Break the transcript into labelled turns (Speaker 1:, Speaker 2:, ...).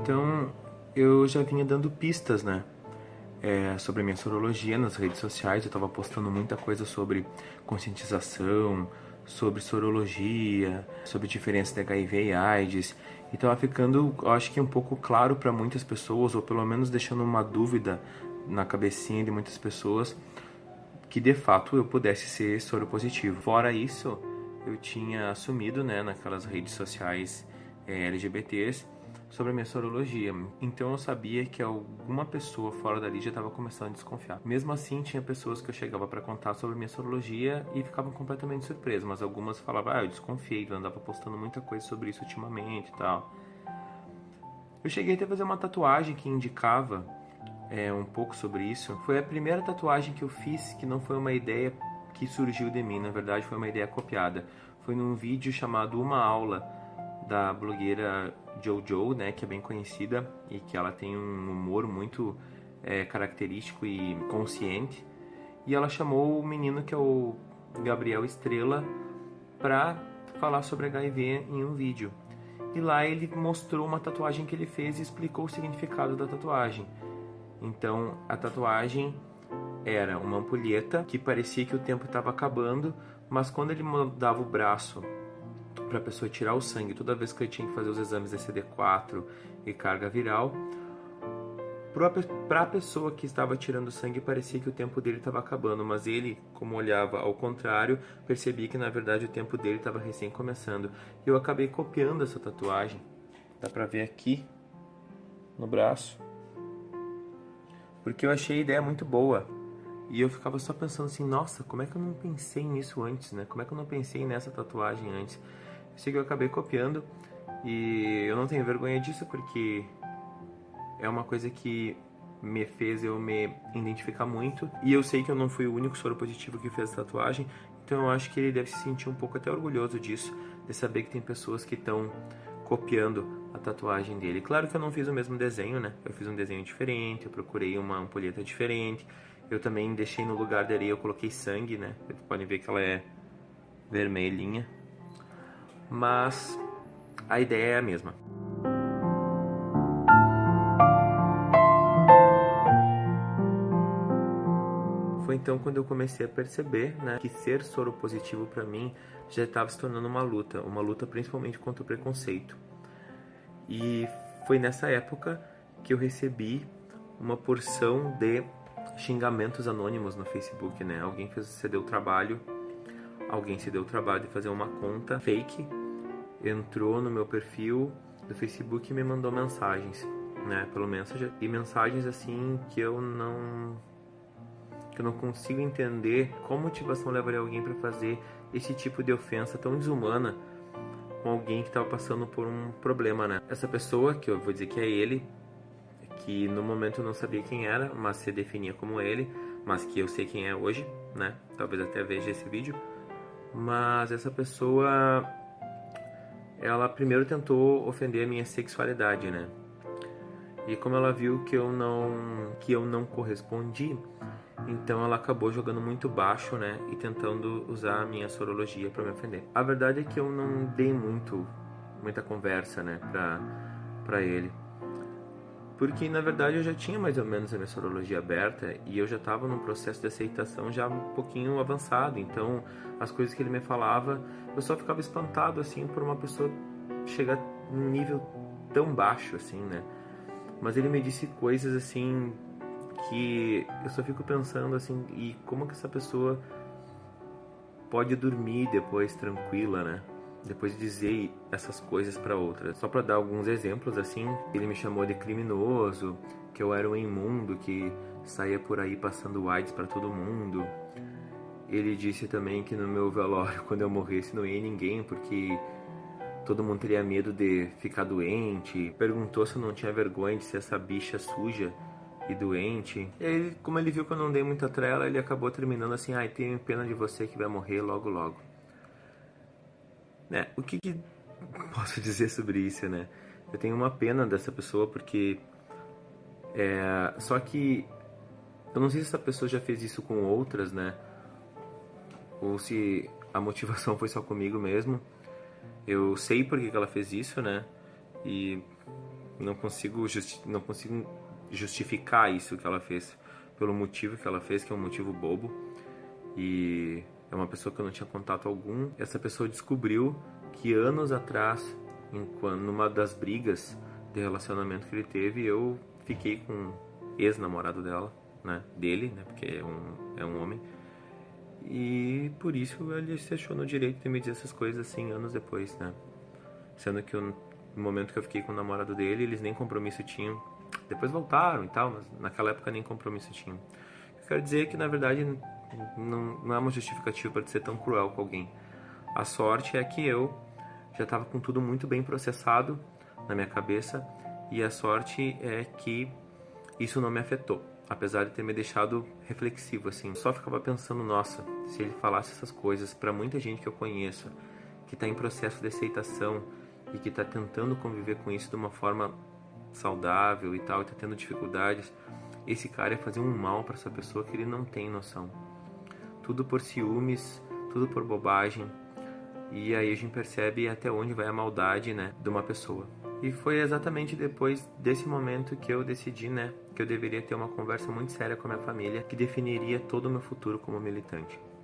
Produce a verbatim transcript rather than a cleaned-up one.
Speaker 1: Então, eu já vinha dando pistas, né? É, sobre a minha sorologia nas redes sociais. Eu estava postando muita coisa sobre conscientização, sobre sorologia, sobre diferença de H I V e AIDS. E estava ficando, eu acho que um pouco claro para muitas pessoas, ou pelo menos deixando uma dúvida na cabecinha de muitas pessoas, que de fato eu pudesse ser soropositivo. Fora isso, eu tinha assumido, né, naquelas redes sociais é, L G B Ts, sobre a minha sorologia. Então eu sabia que alguma pessoa fora dali já estava começando a desconfiar. Mesmo assim, tinha pessoas que eu chegava para contar sobre a minha sorologia e ficavam completamente surpresas, mas algumas falavam, ah, eu desconfiei, eu andava postando muita coisa sobre isso ultimamente e tal. Eu cheguei até a fazer uma tatuagem que indicava é, um pouco sobre isso. Foi a primeira tatuagem que eu fiz que não foi uma ideia que surgiu de mim, na verdade foi uma ideia copiada. Foi num vídeo chamado Uma Aula, da blogueira Jojo, né, que é bem conhecida e que ela tem um humor muito é, característico e consciente. E ela chamou o menino que é o Gabriel Estrela para falar sobre H I V em um vídeo. E lá ele mostrou uma tatuagem que ele fez e explicou o significado da tatuagem. Então a tatuagem era uma ampulheta que parecia que o tempo estava acabando, mas quando ele mandava o braço para a pessoa tirar o sangue toda vez que ele tinha que fazer os exames de C D quatro e carga viral, para a pessoa que estava tirando o sangue parecia que o tempo dele estava acabando, mas ele, como olhava ao contrário, percebia que na verdade o tempo dele estava recém começando. E eu acabei copiando essa tatuagem, dá para ver aqui no braço, porque eu achei a ideia muito boa. E eu ficava só pensando assim, nossa, como é que eu não pensei nisso antes, né? Como é que eu não pensei nessa tatuagem antes? Eu sei que eu acabei copiando e eu não tenho vergonha disso porque é uma coisa que me fez eu me identificar muito. E eu sei que eu não fui o único soropositivo que fez a tatuagem, então eu acho que ele deve se sentir um pouco até orgulhoso disso, de saber que tem pessoas que estão copiando a tatuagem dele. Claro que eu não fiz o mesmo desenho, né? Eu fiz um desenho diferente, eu procurei uma ampulheta diferente. Eu também deixei no lugar da areia, eu coloquei sangue, né? Vocês podem ver que ela é vermelhinha. Mas a ideia é a mesma. Foi então quando eu comecei a perceber, né, que ser soropositivo para mim já estava se tornando uma luta. Uma luta principalmente contra o preconceito. E foi nessa época que eu recebi uma porção de xingamentos anônimos no Facebook, né? Alguém fez, se deu o trabalho, alguém se deu o trabalho de fazer uma conta fake, entrou no meu perfil do Facebook e me mandou mensagens, né? Pelo Messenger, e mensagens assim que eu não que eu não consigo entender qual motivação levaria alguém para fazer esse tipo de ofensa tão desumana com alguém que estava passando por um problema, né? Essa pessoa, que eu vou dizer que é ele, que no momento eu não sabia quem era, mas se definia como ele, mas que eu sei quem é hoje, né? Talvez até veja esse vídeo. Mas essa pessoa, ela primeiro tentou ofender a minha sexualidade, né? E como ela viu que eu não, que eu não correspondi, então ela acabou jogando muito baixo, né? E tentando usar a minha sorologia para me ofender. A verdade é que eu não dei muito, muita conversa, né? Pra, pra ele. Porque, na verdade, eu já tinha mais ou menos a minha sorologia aberta e eu já estava num processo de aceitação já um pouquinho avançado. Então, as coisas que ele me falava, eu só ficava espantado, assim, por uma pessoa chegar num nível tão baixo, assim, né? Mas ele me disse coisas, assim, que eu só fico pensando, assim, e como que essa pessoa pode dormir depois tranquila, né? Depois de dizer essas coisas para outras. Só para dar alguns exemplos, assim, ele me chamou de criminoso, que eu era um imundo que saía por aí passando AIDS para todo mundo. Ele disse também que no meu velório, quando eu morresse, não ia ninguém, porque todo mundo teria medo de ficar doente. Perguntou se eu não tinha vergonha de ser essa bicha suja e doente. E aí, como ele viu que eu não dei muita trela, ele acabou terminando assim, ai, tenho pena de você que vai morrer logo logo. É, o que, que posso dizer sobre isso, né? Eu tenho uma pena dessa pessoa porque... É, só que eu não sei se essa pessoa já fez isso com outras, né? Ou se a motivação foi só comigo mesmo. Eu sei por que, que ela fez isso, né? E não consigo, justi não consigo justificar isso que ela fez, pelo motivo que ela fez, que é um motivo bobo. E é uma pessoa que eu não tinha contato algum. Essa pessoa descobriu que anos atrás, em, numa das brigas de relacionamento que ele teve, eu fiquei com o ex-namorado dela, né, dele, né, porque é um, é um homem. E por isso ele se achou no direito de me dizer essas coisas assim anos depois, né? Sendo que eu, no momento que eu fiquei com o namorado dele, eles nem compromisso tinham. Depois voltaram e tal, mas naquela época nem compromisso tinham. Eu quero dizer que, na verdade, não, não é uma justificativa para ser tão cruel com alguém. A sorte é que eu já estava com tudo muito bem processado na minha cabeça, e a sorte é que isso não me afetou, apesar de ter me deixado reflexivo, assim. Eu só ficava pensando, nossa, se ele falasse essas coisas para muita gente que eu conheço, que está em processo de aceitação e que está tentando conviver com isso de uma forma saudável e tal, e está tendo dificuldades, esse cara ia fazer um mal para essa pessoa que ele não tem noção. Tudo por ciúmes, tudo por bobagem. E aí a gente percebe até onde vai a maldade, né, de uma pessoa. E foi exatamente depois desse momento que eu decidi, né, que eu deveria ter uma conversa muito séria com a minha família, que definiria todo o meu futuro como militante.